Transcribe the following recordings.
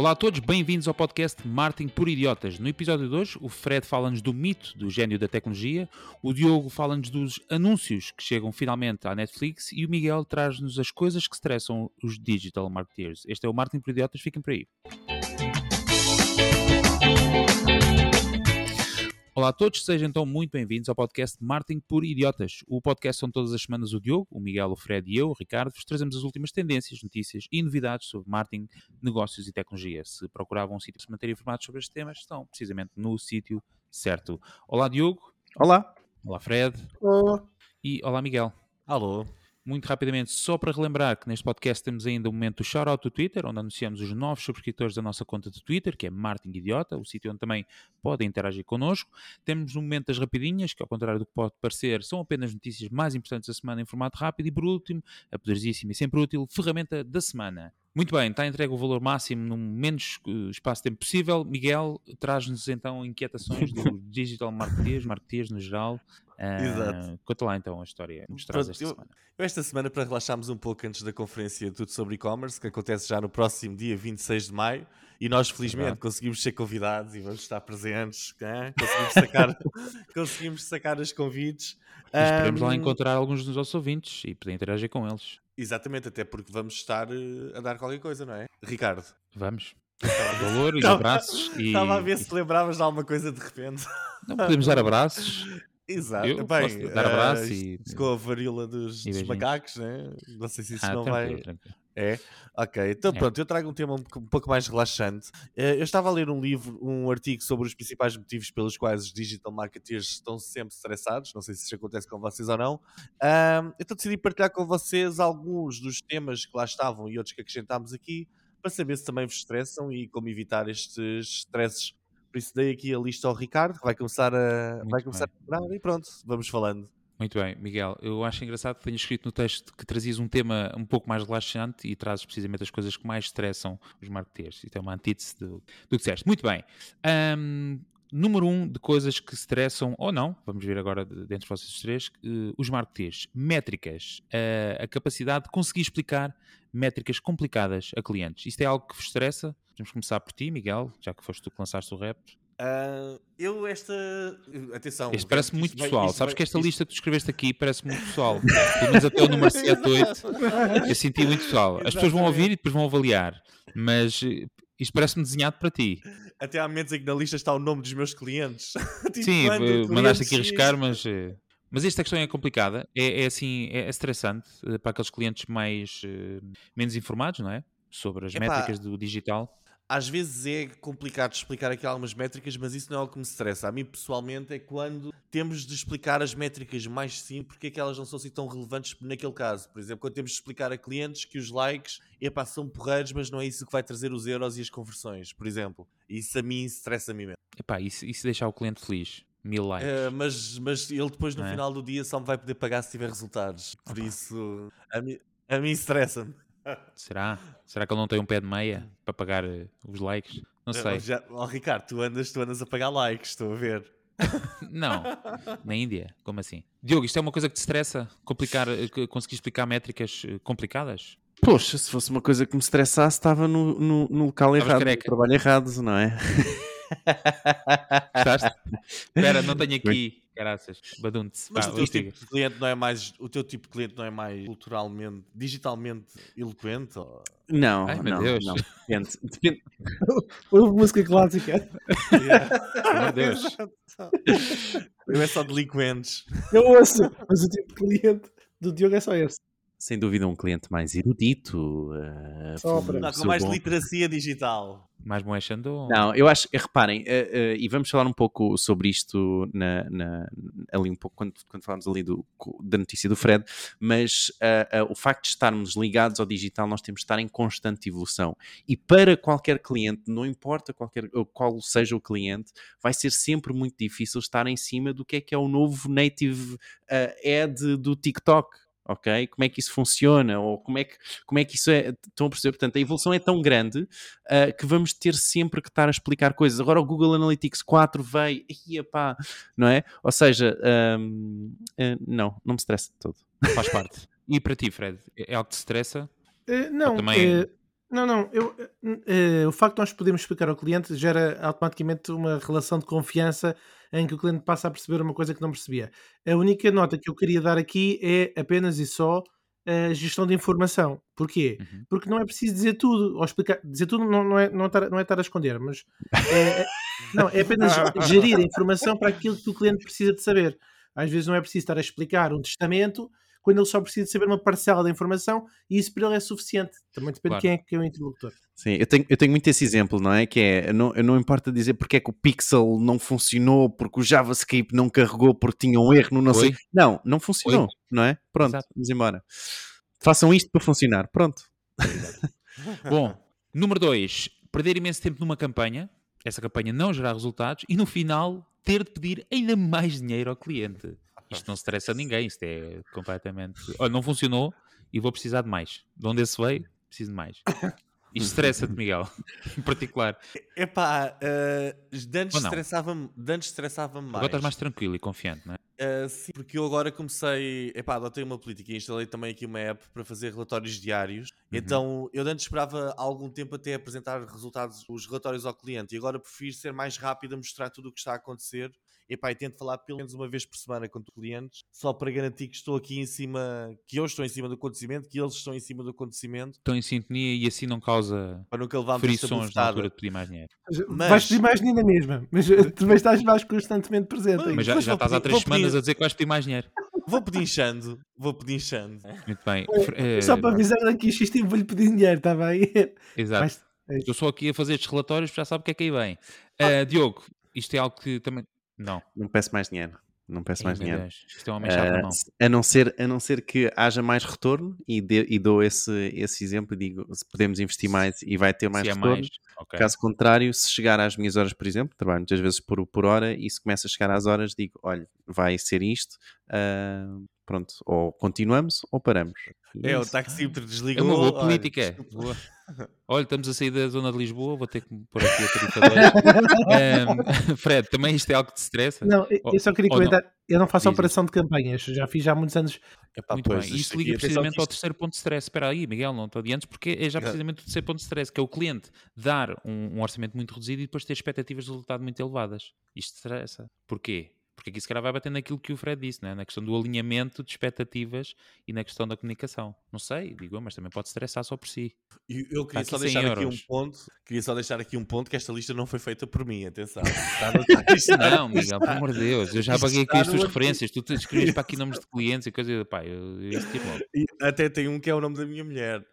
Olá a todos, bem-vindos ao podcast Marketing por Idiotas. No episódio de hoje, o Fred fala-nos do mito do gênio da tecnologia, o Diogo fala-nos dos anúncios que chegam finalmente à Netflix e o Miguel traz-nos as coisas que estressam os digital marketeers. Este é o Marketing por Idiotas, fiquem por aí. Olá a todos, sejam então muito bem-vindos ao podcast Marketing por Idiotas. O podcast são todas as semanas o Diogo, o Miguel, o Fred e eu, o Ricardo, vos trazemos as últimas tendências, notícias e novidades sobre marketing, negócios e tecnologia. Se procuravam um sítio para se manter informados sobre estes temas, estão precisamente no sítio certo. Olá Diogo. Olá. Olá Fred. Olá. E olá Miguel. Alô. Muito rapidamente, só para relembrar que neste podcast temos ainda o momento do shout-out do Twitter, onde anunciamos os novos subscritores da nossa conta de Twitter, que é Marketing Idiota, o sítio onde também podem interagir connosco. Temos o momento das rapidinhas, que ao contrário do que pode parecer, são apenas notícias mais importantes da semana em formato rápido. E por último, a poderosíssima e sempre útil ferramenta da semana. Muito bem, está entregue o valor máximo no menos espaço de tempo possível. Miguel, traz-nos então inquietações do digital marketeers no geral. Exato. Conta lá então a história que nos traz esta semana. Eu esta semana, para relaxarmos um pouco antes da conferência Tudo sobre E-Commerce, que acontece já no próximo dia 26 de maio, e nós felizmente conseguimos ser convidados e vamos estar presentes, conseguimos sacar os convites. E esperemos lá encontrar alguns dos nossos ouvintes e poder interagir com eles. Exatamente, até porque vamos estar a dar qualquer coisa, não é? Ricardo. Vamos. Valor e abraços. Estava a ver se lembravas de alguma coisa de repente. Não podemos dar abraços. Exato. Eu Bem, posso dar abraço com a varíola dos macacos, né? Não sei se isso não tranquilo, vai... Tranquilo. É? Ok. Então pronto, eu trago um tema um pouco mais relaxante. Eu estava a ler um artigo sobre os principais motivos pelos quais os digital marketeers estão sempre estressados. Não sei se isso acontece com vocês ou não. Então decidi partilhar com vocês alguns dos temas que lá estavam e outros que acrescentámos aqui, para saber se também vos estressam e como evitar estes stresses. Por isso dei aqui a lista ao Ricardo, que vai começar a preparar e pronto, vamos falando. Muito bem, Miguel, eu acho engraçado que tenhas escrito no texto que trazias um tema um pouco mais relaxante e trazes precisamente as coisas que mais estressam os marketeers. Isto é uma antítese do que disseste. Muito bem. Número 1 de coisas que estressam ou não, vamos ver agora dentre vocês três, os marketeers. Métricas, a capacidade de conseguir explicar métricas complicadas a clientes. Isto é algo que vos estressa? Podemos começar por ti, Miguel, já que foste tu que lançaste o repto. Atenção. Este parece muito pessoal. Sabes que esta lista que tu escreveste aqui parece muito pessoal. Pelo menos até o número 7, 8. Eu senti muito pessoal. As pessoas vão ouvir e depois vão avaliar. Mas isto parece-me desenhado para ti. Até há momentos em que na lista está o nome dos meus clientes. Tipo, sim, mandaste aqui arriscar, mas esta questão é complicada. É estressante para aqueles clientes menos informados, não é? Sobre as métricas do digital. Às vezes é complicado explicar aqui algumas métricas, mas isso não é algo que me estressa. A mim, pessoalmente, é quando temos de explicar as métricas mais simples, porque é que elas não são assim tão relevantes naquele caso. Por exemplo, quando temos de explicar a clientes que os likes são porreiros, mas não é isso que vai trazer os euros e as conversões, por exemplo. Isso a mim estressa-me mesmo. Isso deixa o cliente feliz. 1000 likes. Mas ele depois, no final do dia, só me vai poder pagar se tiver resultados. Por isso, a mim estressa-me. Será? Será que ele não tem um pé de meia para pagar os likes? Não sei. Ricardo, tu andas a pagar likes, estou a ver. Não, na Índia, como assim? Diogo, isto é uma coisa que te estressa? Conseguir explicar métricas complicadas? Poxa, se fosse uma coisa que me estressasse, estava no local errado, no trabalho errado, não é? Gostaste? Espera, não tenho aqui. Caraças, badunte-se. Mas o teu tipo de cliente não é mais culturalmente, digitalmente eloquente? Ou... Não, Ai, não, Deus. não. Depende. Houve música clássica. Meu Deus. Eu é só delinquentes. Eu ouço, mas o tipo de cliente do Diogo é só esse. Sem dúvida um cliente mais erudito. Com mais literacia digital. Mais bom é Xandão? Não, eu acho, reparem, e vamos falar um pouco sobre isto ali um pouco quando falamos ali da notícia do Fred, mas o facto de estarmos ligados ao digital, nós temos de estar em constante evolução. E para qualquer cliente, não importa qual seja o cliente, vai ser sempre muito difícil estar em cima do que é o novo native ad do TikTok. Ok? Como é que isso funciona? Ou como é que isso é? Estão a perceber? Portanto, a evolução é tão grande que vamos ter sempre que estar a explicar coisas. Agora o Google Analytics 4 veio, não é? Ou seja, não me estressa de todo. Faz parte. E para ti, Fred, é algo que te estressa? Não, também... Não, o facto de nós podermos explicar ao cliente gera automaticamente uma relação de confiança em que o cliente passa a perceber uma coisa que não percebia. A única nota que eu queria dar aqui é apenas e só a gestão de informação. Porquê? Uhum. Porque não é preciso dizer tudo, ou explicar, dizer tudo não é estar a esconder, mas não, é apenas gerir a informação para aquilo que o cliente precisa de saber. Às vezes não é preciso estar a explicar um testamento quando ele só precisa de saber uma parcela da informação e isso para ele é suficiente. Também depende de Claro. quem é o interlocutor. Sim, eu tenho muito esse exemplo, não é? Que é, não importa dizer porque é que o Pixel não funcionou, porque o JavaScript não carregou, porque tinha um erro no não sei. Oi? Não funcionou, não é? Pronto, Exato. vamos embora. Façam isto para funcionar, pronto. Bom, número 2, perder imenso tempo numa campanha, essa campanha não gerar resultados e no final ter de pedir ainda mais dinheiro ao cliente. Isto não estressa ninguém, isto é completamente... Olha, não funcionou e vou precisar de mais. De onde esse veio, preciso de mais. Isto estressa-te, Miguel, em particular. Epá, antes Ou não? estressava-me Agora estás mais mais. tranquilo e confiante, não é? Sim, porque eu agora comecei, adotei uma política e instalei também aqui uma app para fazer relatórios diários. Uhum. Então eu antes esperava algum tempo até apresentar os relatórios ao cliente e agora prefiro ser mais rápido a mostrar tudo o que está a acontecer. E tento falar pelo menos uma vez por semana com os clientes, só para garantir que estou aqui em cima, que eu estou em cima do acontecimento, que eles estão em cima do acontecimento, Estão em sintonia e assim não causa para nunca levarmos esta frições na altura bufetada. de pedir mais dinheiro. Vais pedir mais dinheiro na mesma, mas tu também estás mais constantemente presente aí. Mas já Mas vou estás há pedir- 3 vou semanas pedir- a dizer que vais pedir mais dinheiro. Vou pedinchando. Muito bem. Só para avisar aqui, isto vou-lhe pedir dinheiro, está bem? Exato. Vais- é isso. Estou só aqui a fazer estes relatórios, já sabe o que é que aí vem. Diogo, isto é algo que também... Não. Não peço mais dinheiro. Não peço Ai, mais meu dinheiro. Deus, isto é um homem chato na mão. A não ser que haja mais retorno e dou esse exemplo e digo se podemos investir mais e vai ter mais Se é retorno. mais, ok. Caso contrário, se chegar às minhas horas, por exemplo, trabalho muitas vezes por hora e se começa a chegar às horas, digo, olha, vai ser isto, pronto, ou continuamos ou paramos. E O isso. taxímetro É desligou. uma boa olha, política. desculpa. Boa. Olha, estamos a sair da zona de Lisboa, vou ter que pôr aqui a tarifa 2. Fred, também isto é algo que te estressa? Não, Ou- eu só queria ou não? comentar, eu não faço Diz. operação de campanhas, já fiz há muitos anos. Muito Pois, bem, isso aqui, liga atenção precisamente que ao isto- terceiro ponto de stress. Espera aí, Miguel, não te adiantes, porque é já precisamente o terceiro ponto de stress, que é o cliente dar um orçamento muito reduzido e depois ter expectativas de resultado muito elevadas. Isto estressa. Porquê? Porque aqui se calhar vai bater naquilo que o Fred disse, né? Na questão do alinhamento de expectativas e na questão da comunicação. Não sei, digo eu, mas também pode estressar só por si. Eu queria Aqui só 100 deixar aqui um euros. ponto. Queria só deixar aqui um ponto que esta lista não foi feita por mim, atenção. Isto Não, Miguel, pelo amor de Deus, eu já isto paguei aqui está as tuas no referências, tu te escreves para aqui nomes de clientes e coisas, pá, eu isso tiro logo. E até tem um que é o nome da minha mulher.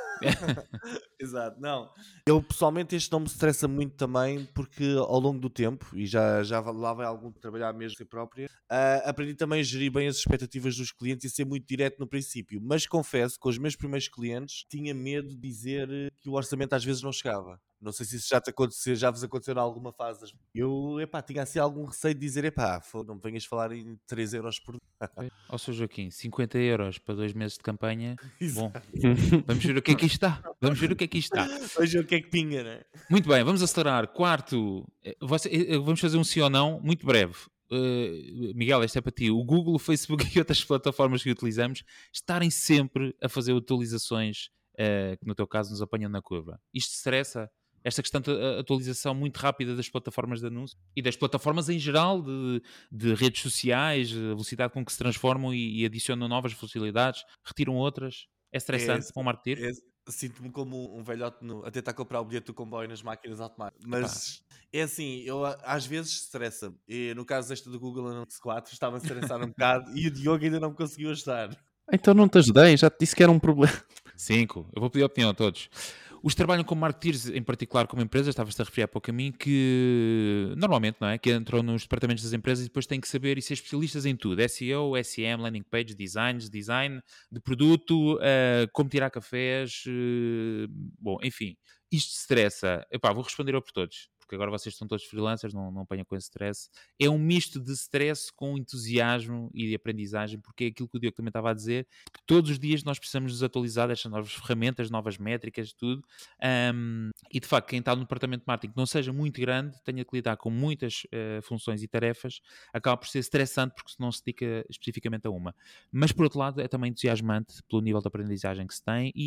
Exato, não. Eu pessoalmente este não me estressa muito também porque ao longo do tempo, e já lá vai algum trabalhar mesmo si própria, aprendi também a gerir bem as expectativas dos clientes e ser muito direto no princípio. Mas confesso que com os meus primeiros clientes tinha medo de dizer que o orçamento às vezes não chegava. Não sei se isso já vos aconteceu em alguma fase. Eu, tinha assim algum receio de dizer, não me venhas falar em 3 euros por dia. Ó, Sr. Joaquim, 50 euros para 2 meses de campanha, bom, Exato. vamos ver o que é que isto está, vamos ver o que é que isto está. Veja o que é que pinga, né? Muito bem, vamos acelerar. Quarto, vamos fazer um sim ou não, muito breve. Miguel, esta é para ti. O Google, o Facebook e outras plataformas que utilizamos estarem sempre a fazer atualizações que no teu caso nos apanham na curva. Isto estressa? Esta questão de atualização muito rápida das plataformas de anúncio e das plataformas em geral de redes sociais, a velocidade com que se transformam e adicionam novas funcionalidades, retiram outras. É estressante para um marketeer? Sinto-me como um velhote a tentar comprar o bilhete do comboio nas máquinas automáticas. Mas é assim, eu às vezes estressa. E no caso desta do Google Analytics 4, estava a estressar um bocado e o Diogo ainda não me conseguiu ajudar. Então não te ajudei, já te disse que era um problema. 5. Eu vou pedir a opinião a todos. Os que trabalham como marketeers, em particular como empresas, estavas-te a referir há pouco a mim, que normalmente, não é? Que entram nos departamentos das empresas e depois têm que saber e ser especialistas em tudo. SEO, SEM, landing page, design de produto, como tirar cafés, bom, enfim. Isto estressa. Epá, vou responder eu por todos, porque agora vocês estão todos freelancers, não apanham com esse stress. É um misto de stress com entusiasmo e de aprendizagem, porque é aquilo que o Diogo também estava a dizer, que todos os dias nós precisamos nos atualizar destas novas ferramentas, novas métricas, tudo. E de facto, quem está no departamento de marketing que não seja muito grande, tenha que lidar com muitas funções e tarefas, acaba por ser estressante porque não se dedica especificamente a uma. Mas por outro lado, é também entusiasmante pelo nível de aprendizagem que se tem e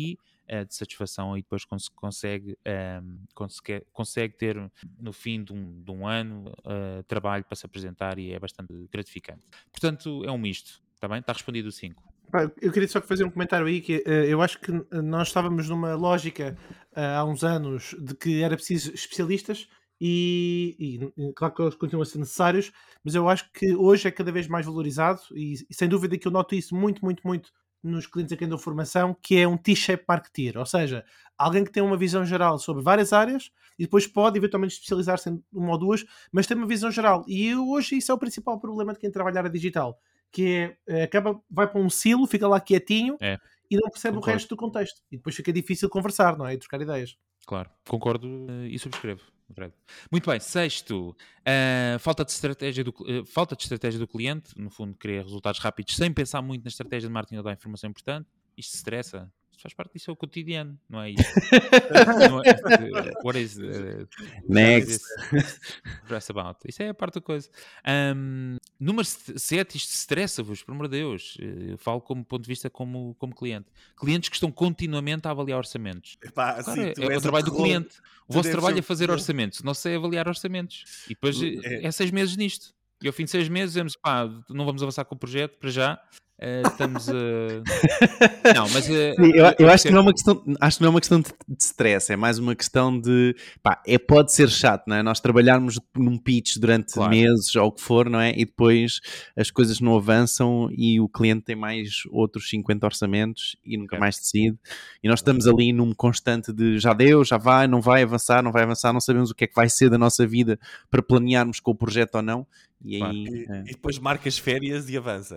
de satisfação e depois consegue ter no fim de um ano trabalho para se apresentar e é bastante gratificante. Portanto, é um misto, está bem? Está respondido o 5. Eu queria só fazer um comentário aí, que eu acho que nós estávamos numa lógica há uns anos de que era preciso especialistas e claro que eles continuam a ser necessários, mas eu acho que hoje é cada vez mais valorizado e sem dúvida que eu noto isso muito nos clientes a quem dou formação, que é um T-shape marketeer, ou seja, alguém que tem uma visão geral sobre várias áreas e depois pode eventualmente especializar-se em uma ou duas, mas tem uma visão geral. E hoje isso é o principal problema de quem trabalha na área digital, que vai para um silo, fica lá quietinho e não percebe o resto do contexto. E depois fica difícil conversar, não é? E trocar ideias. Claro, concordo e subscrevo. Muito bem, sexto, falta de estratégia do cliente, no fundo querer resultados rápidos sem pensar muito na estratégia de marketing ou dar informação importante. Isto estressa. Isto faz parte disso, é o cotidiano, não é isto? What is next stress about? Isso é a parte da coisa. Número 7, isto estressa-vos, por amor de Deus. Eu falo como ponto de vista como cliente. Clientes que estão continuamente a avaliar orçamentos. Epá, claro, assim, é o trabalho do cliente. O vosso trabalho é fazer orçamentos. O nosso é avaliar orçamentos. E depois é 6 meses nisto. E ao fim de 6 meses dizemos, não vamos avançar com o projeto para já. Estamos não, mas eu acho que não é uma questão de stress, é mais uma questão de pode ser chato, não é? Nós trabalharmos num pitch durante meses ou o que for, não é? E depois as coisas não avançam e o cliente tem mais outros 50 orçamentos e nunca mais decide, e nós estamos ali num constante de já deu, já vai, não vai avançar, não sabemos o que é que vai ser da nossa vida para planearmos com o projeto ou não, e aí e depois marcas férias e avança.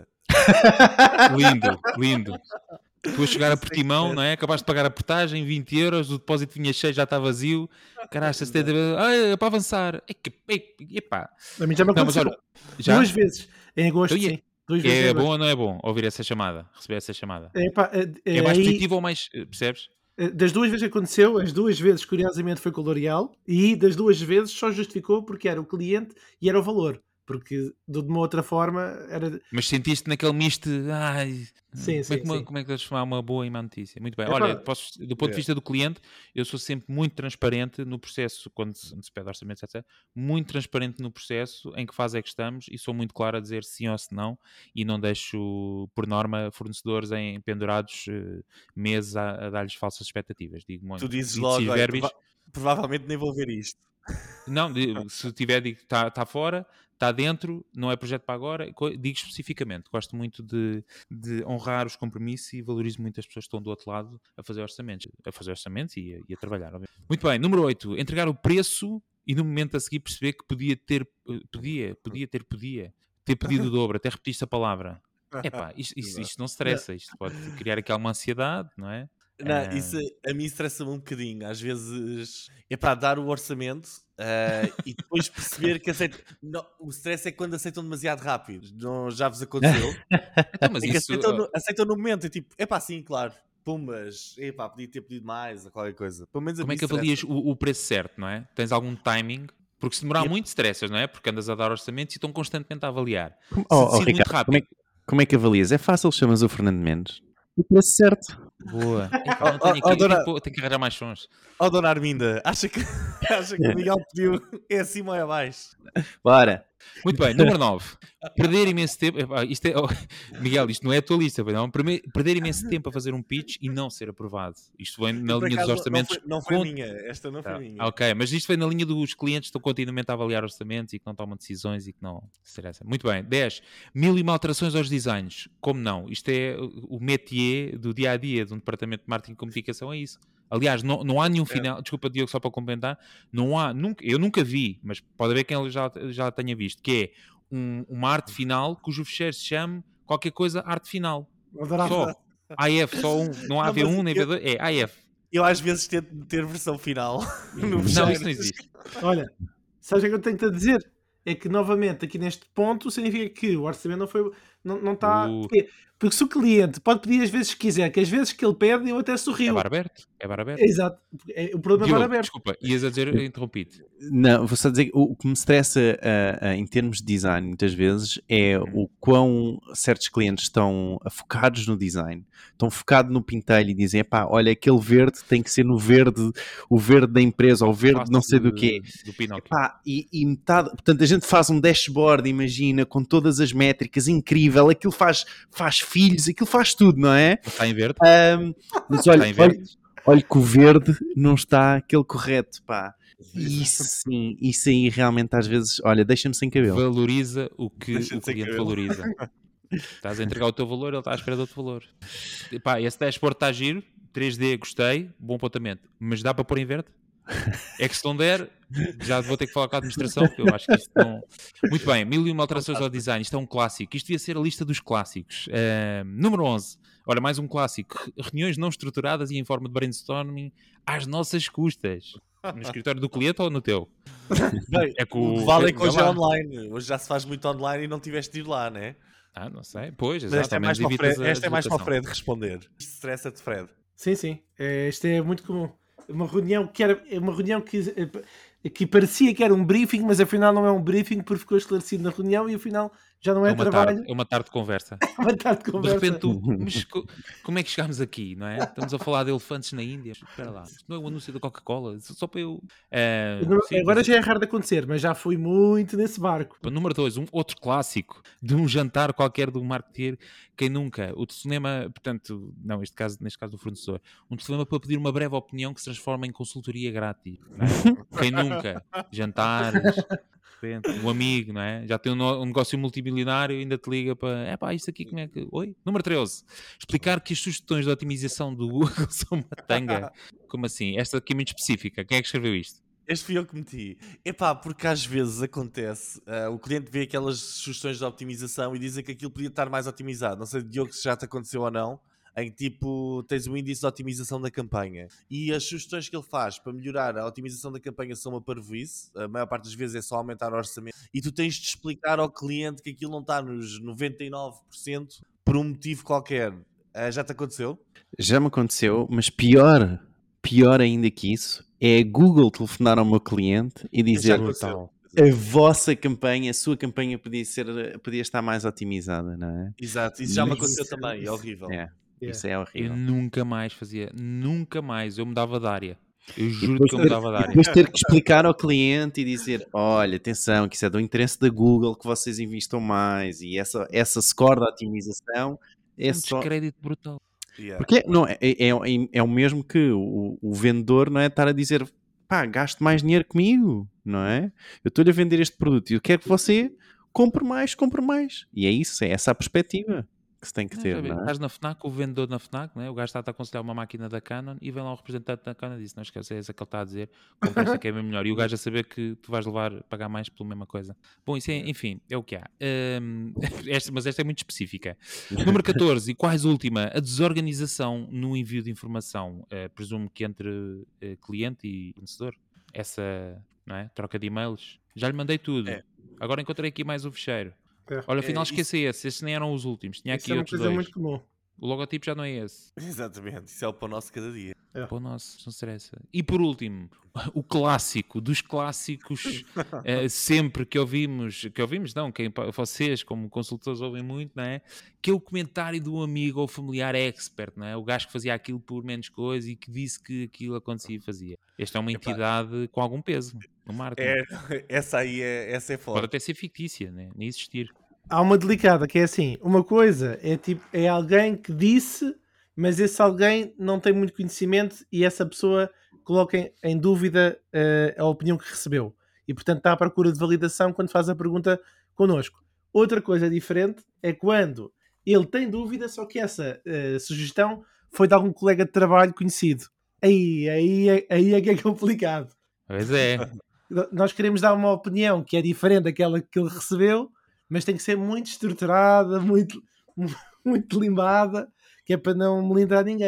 Lindo. Tu a chegar a Portimão, não é? Acabaste de pagar a portagem, 20 €, o depósito vinha cheio, já está vazio. Caraca, é para avançar. Epá. A mim já me aconteceu. Mas, olha, 2 vezes em agosto, sim. 2 vezes é bom ou não é bom ouvir essa chamada? Receber essa chamada? É mais positivo ou mais... Percebes? Das 2 vezes que aconteceu, as 2 vezes, curiosamente, foi com o L'Oréal, e das 2 vezes só justificou porque era o cliente e era o valor. Porque de uma outra forma era... Mas sentiste naquele misto de... Sim. Como é que deves chamar uma boa e má notícia? Muito bem. Olha, do ponto de vista do cliente, eu sou sempre muito transparente no processo, quando se pede orçamentos, etc. Muito transparente no processo, em que fase é que estamos, e sou muito claro a dizer sim ou se não, e não deixo, por norma, fornecedores pendurados meses a dar-lhes falsas expectativas. Tu dizes logo, provavelmente nem vou ver isto. Não, se tiver, digo, está fora, está dentro, não é projeto para agora, digo especificamente. Gosto muito de honrar os compromissos e valorizo muito as pessoas que estão do outro lado a fazer orçamentos e a trabalhar. Obviamente. Muito bem, número 8, entregar o preço e no momento a seguir perceber que podia ter pedido o dobro, até repetiste a palavra. Isto não estressa, isto pode criar aqui alguma ansiedade, não é? Não, isso a mim estressa-me um bocadinho. Às vezes é para dar o orçamento e depois perceber que aceitam. Não, o stress é quando aceitam demasiado rápido. Não, já vos aconteceu? Mas é isso... que aceitam no momento. É tipo, sim, claro. Pumas, podia ter pedido mais ou qualquer coisa. Pelo menos como é que avalias o preço certo, não é? Tens algum timing? Porque se demorar muito, estressas, não é? Porque andas a dar orçamentos e estão constantemente a avaliar. Ricardo, muito rápido. Como é que avalias? É fácil, chamas o Fernando Mendes. O preço certo. Boa. Tenho que arranjar mais sons. Dona Arminda, acha que o Miguel pediu é acima ou é abaixo? Bora. Muito bem, número 9. Perder imenso tempo. Miguel, isto não é a tua lista, não. Perder imenso tempo a fazer um pitch e não ser aprovado. Isto vem na linha dos orçamentos. Não foi minha. Esta não foi minha. Ok, mas isto vem na linha dos clientes que estão continuamente a avaliar orçamentos e que não tomam decisões e que não se estressam. Muito bem. 10. 1000 alterações aos designs. Como não? Isto é o métier do dia a dia de um departamento de marketing e comunicação, é isso. Aliás, não há nenhum final, desculpa Diogo, só para complementar, eu nunca vi, mas pode haver quem já tenha visto, que é uma arte final cujo fecheiro se chame qualquer coisa arte final. Só AF, só um, não há V1 nem V2, é AF. Eu às vezes tento ter versão final no fecheiro. Não, isso não existe. Olha, sabes o que eu tenho-te a dizer? É que novamente aqui neste ponto significa que o orçamento Não está... Porque se o cliente pode pedir as vezes que quiser, que as vezes que ele pede, eu até É sorrio. bar aberto. É bar aberto. Exato. O problema é Diogo, bar aberto. desculpa, ias a dizer, interrompi-te. Não, vou só dizer que o que me estressa em termos de design muitas vezes é o quão certos clientes estão focados no design, estão focados no pintelho e dizem, pá, olha, aquele verde tem que ser no verde, o verde da empresa, ou o verde não sei do quê. Do Pinóquio. Epá, e metade, portanto, a gente faz um dashboard, imagina, com todas as métricas, incrível, aquilo faz filhos, aquilo faz tudo, não é? Está em verde. Mas olha, Está em verde. olha que o verde não está aquele correto, pá. Isso sim, isso aí realmente às vezes, olha, deixa-me sem cabelo. Valoriza o que Deixa o de ser cliente cabelo. valoriza. Estás a entregar o teu valor, ele está à espera do outro valor. Epá, esse dashboard está giro, 3D, gostei, bom apontamento. Mas dá para pôr em verde? É que se não der, já vou ter que falar com a administração, porque eu acho que isto não... Muito bem, 1001 alterações ao design, isto é um clássico. Isto devia ser a lista dos clássicos. Número 11. Olha, mais um clássico. Reuniões não estruturadas e em forma de brainstorming às nossas custas. No escritório do cliente ou no teu? Bem, É que o que o... vale é que vai hoje é lá. online. Hoje já se faz muito online e não tiveste de ir lá, né? Não sei. Pois, Mas exato. esta é ao mais menos para o evitas Fred, a esta é mais para o deslocação. Fred responder. Isto estressa-te, Fred. Sim. Isto é muito comum. Uma reunião que parecia que era um briefing, mas afinal não é um briefing porque ficou esclarecido na reunião e afinal já não é, trabalho. É uma tarde de conversa. Uma tarde de De conversa. repente tu, mas como é que chegámos aqui, não é? Estamos a falar de elefantes na Índia. Espera lá, isto não é um anúncio da Coca-Cola, só para eu... sim, Agora mas- já é raro de acontecer, mas já fui muito nesse barco. Número 2, outro clássico de um jantar qualquer do marketeer. Quem nunca? O telefonema, portanto, não, neste caso do fornecedor, um telefonema para pedir uma breve opinião que se transforma em consultoria grátis. Não é? Quem nunca? Jantares, de repente, um amigo, não é? Já tem um negócio multimilionário e ainda te liga para, pá, isto aqui como é que... Oi? Número 13, explicar que as sugestões de otimização do Google são uma tanga. Como assim? Esta aqui é muito específica. Quem é que escreveu isto? Este fui eu que meti. Epá, porque às vezes acontece, o cliente vê aquelas sugestões de optimização e dizem que aquilo podia estar mais otimizado. Não sei, Diogo, se já te aconteceu ou não, em que tipo tens um índice de otimização da campanha e as sugestões que ele faz para melhorar a otimização da campanha são uma parvoíce, a maior parte das vezes é só aumentar o orçamento e tu tens de explicar ao cliente que aquilo não está nos 99% por um motivo qualquer. Já te aconteceu? Já me aconteceu, mas pior ainda que isso, é a Google telefonar ao meu cliente e Já dizer aconteceu. a vossa campanha, a sua campanha podia estar mais otimizada, não é? Exato, isso já me Mas aconteceu isso- também, é horrível. Isso é Eu horrível. nunca mais fazia, nunca mais. Eu mudava de área. Eu E juro depois que eu mudava de área. depois ter que explicar ao cliente e dizer, olha, atenção, que isso é do interesse da Google que vocês investam mais e essa score da otimização é É um só... descrédito brutal. Yeah. Porque não, é o mesmo que o vendedor, não é, estar a dizer, pá, gaste mais dinheiro comigo, não é? Eu estou-lhe a vender este produto e eu quero que você compre mais. E é isso, é essa a perspectiva que se tem que ter, não é? Estás na FNAC, o vendedor na FNAC, não é? O gajo está a aconselhar uma máquina da Canon e vem lá o representante da Canon e diz, não esquece, é essa que ele está a dizer, compra esta que é bem melhor. E o gajo a saber que tu vais pagar mais pela mesma coisa. Bom, isso é, enfim, é o que há. Mas esta é muito específica. Número 14, e quase última, a desorganização no envio de informação. Presumo que entre cliente e fornecedor. Essa, não é? Troca de e-mails. Já lhe mandei tudo. É. Agora encontrei aqui mais um fecheiro. É. Olha, afinal isso- esqueci esse. Estes nem eram os últimos. Tinha Isso aqui é uma outros coisa dois. muito comum. O logotipo já não é esse. Exatamente, isso é o pão nosso cada dia. Pô, nossa, não estressa. E por último, o clássico dos clássicos, sempre que ouvimos, não, vocês como consultores ouvem muito, não é? Que é o comentário do amigo ou familiar expert, não é? O gajo que fazia aquilo por menos coisa e que disse que aquilo acontecia e fazia. Esta é uma entidade com algum peso no marketing. Essa é Pode forte. até ser fictícia, né? Nem existir. Há uma delicada que é assim, uma coisa é alguém que disse, mas esse alguém não tem muito conhecimento e essa pessoa coloca em dúvida a opinião que recebeu e portanto está à procura de validação quando faz a pergunta connosco. Outra coisa diferente é quando ele tem dúvida, só que essa sugestão foi de algum colega de trabalho conhecido. Aí é que é complicado. Pois é. Nós queremos dar uma opinião que é diferente daquela que ele recebeu, mas tem que ser muito estruturada, muito limbada, que é para não melindrar ninguém.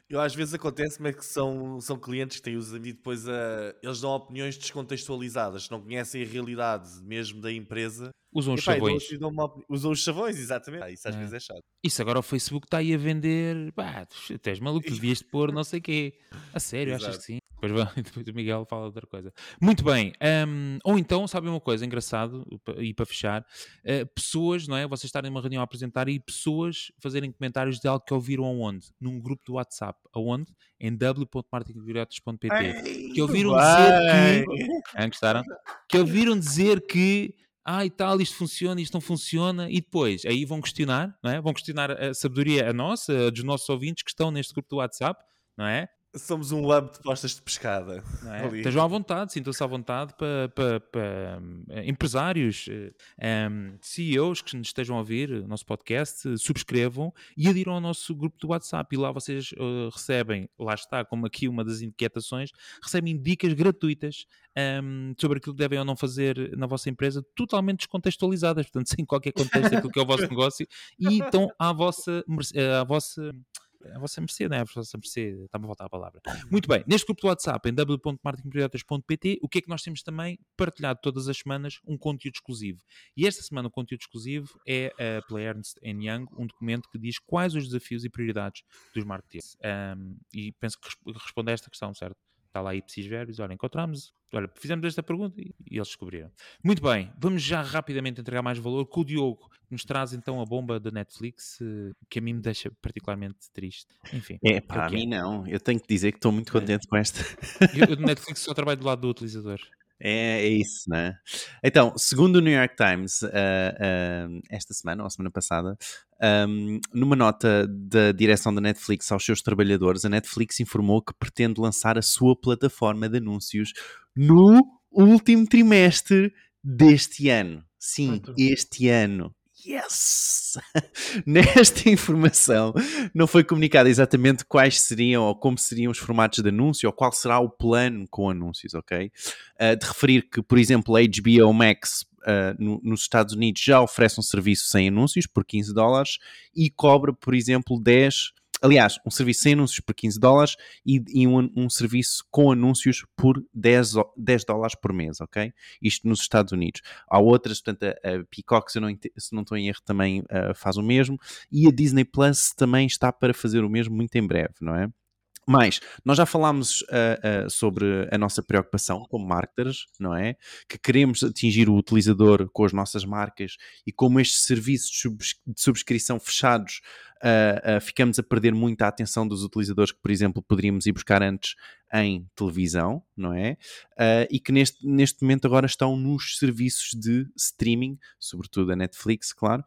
Eu às vezes acontece-me é que são clientes que têm os amigos e depois eles dão opiniões descontextualizadas, não conhecem a realidade mesmo da empresa. Usam os Epá, chavões. usam os chavões, exatamente. Isso às É. vezes é chato. Isso agora o Facebook está aí a vender. Pá, tu és maluco, devias pôr não sei o quê. A sério, achas Exato. que sim? Depois o Miguel fala outra coisa. Muito bem. Ou então, sabem uma coisa engraçado, e para fechar, pessoas, não é? Vocês estarem numa reunião a apresentar e pessoas fazerem comentários de algo que ouviram aonde? Num grupo do WhatsApp. Aonde? Em w.martinguilhotes.pt. Que ouviram dizer que... gostaram? Que ouviram dizer que e tal, isto funciona, isto não funciona, e depois, aí vão questionar, não é? Vão questionar a sabedoria, a nossa, dos nossos ouvintes que estão neste grupo do WhatsApp, não é? Somos um hub de postas de pescada. Não é? Estejam à vontade, sintam-se à vontade para empresários, CEOs que nos estejam a ouvir o nosso podcast, subscrevam e adiram ao nosso grupo do WhatsApp e lá vocês recebem, lá está, como aqui uma das inquietações, recebem dicas gratuitas sobre aquilo que devem ou não fazer na vossa empresa, totalmente descontextualizadas, portanto, sem qualquer contexto daquilo que é o vosso negócio e estão à vossa mercê, não é? A vossa mercê, está-me a faltar a palavra. Muito bem, neste grupo do WhatsApp, em w.marketingprioridades.pt, o que é que nós temos também partilhado todas as semanas? Um conteúdo exclusivo. E esta semana o conteúdo exclusivo é pela Ernst Young, um documento que diz quais os desafios e prioridades dos marketeers. E penso que responde a esta questão, certo? Está lá ipsis verbis, olha, encontramos, olha, fizemos esta pergunta e eles descobriram. Muito bem, vamos já rapidamente entregar mais valor com o Diogo, que nos traz então a bomba da Netflix, que a mim me deixa particularmente triste. Enfim. A mim não, eu tenho que dizer que estou muito contente com esta. Eu do Netflix só trabalho do lado do utilizador. É isso, não é? Então, segundo o New York Times, esta semana, ou a semana passada, numa nota da direção da Netflix aos seus trabalhadores, a Netflix informou que pretende lançar a sua plataforma de anúncios no último trimestre deste ano. Sim, este ano. Yes! Nesta informação não foi comunicado exatamente quais seriam ou como seriam os formatos de anúncio ou qual será o plano com anúncios, ok? De referir que, por exemplo, a HBO Max nos Estados Unidos já oferece um serviço sem anúncios por $15 e cobra, por exemplo, aliás, um serviço sem anúncios por $15 e um serviço com anúncios por $10 por mês, ok? Isto nos Estados Unidos. Há outras, portanto, a Peacock, se não estou em erro, também faz o mesmo. E a Disney Plus também está para fazer o mesmo muito em breve, não é? Mas nós já falámos sobre a nossa preocupação como marketers, não é? Que queremos atingir o utilizador com as nossas marcas e como estes serviços de subscrição fechados ficamos a perder muito a atenção dos utilizadores que, por exemplo, poderíamos ir buscar antes em televisão, não é? E que neste momento agora estão nos serviços de streaming, sobretudo a Netflix, claro,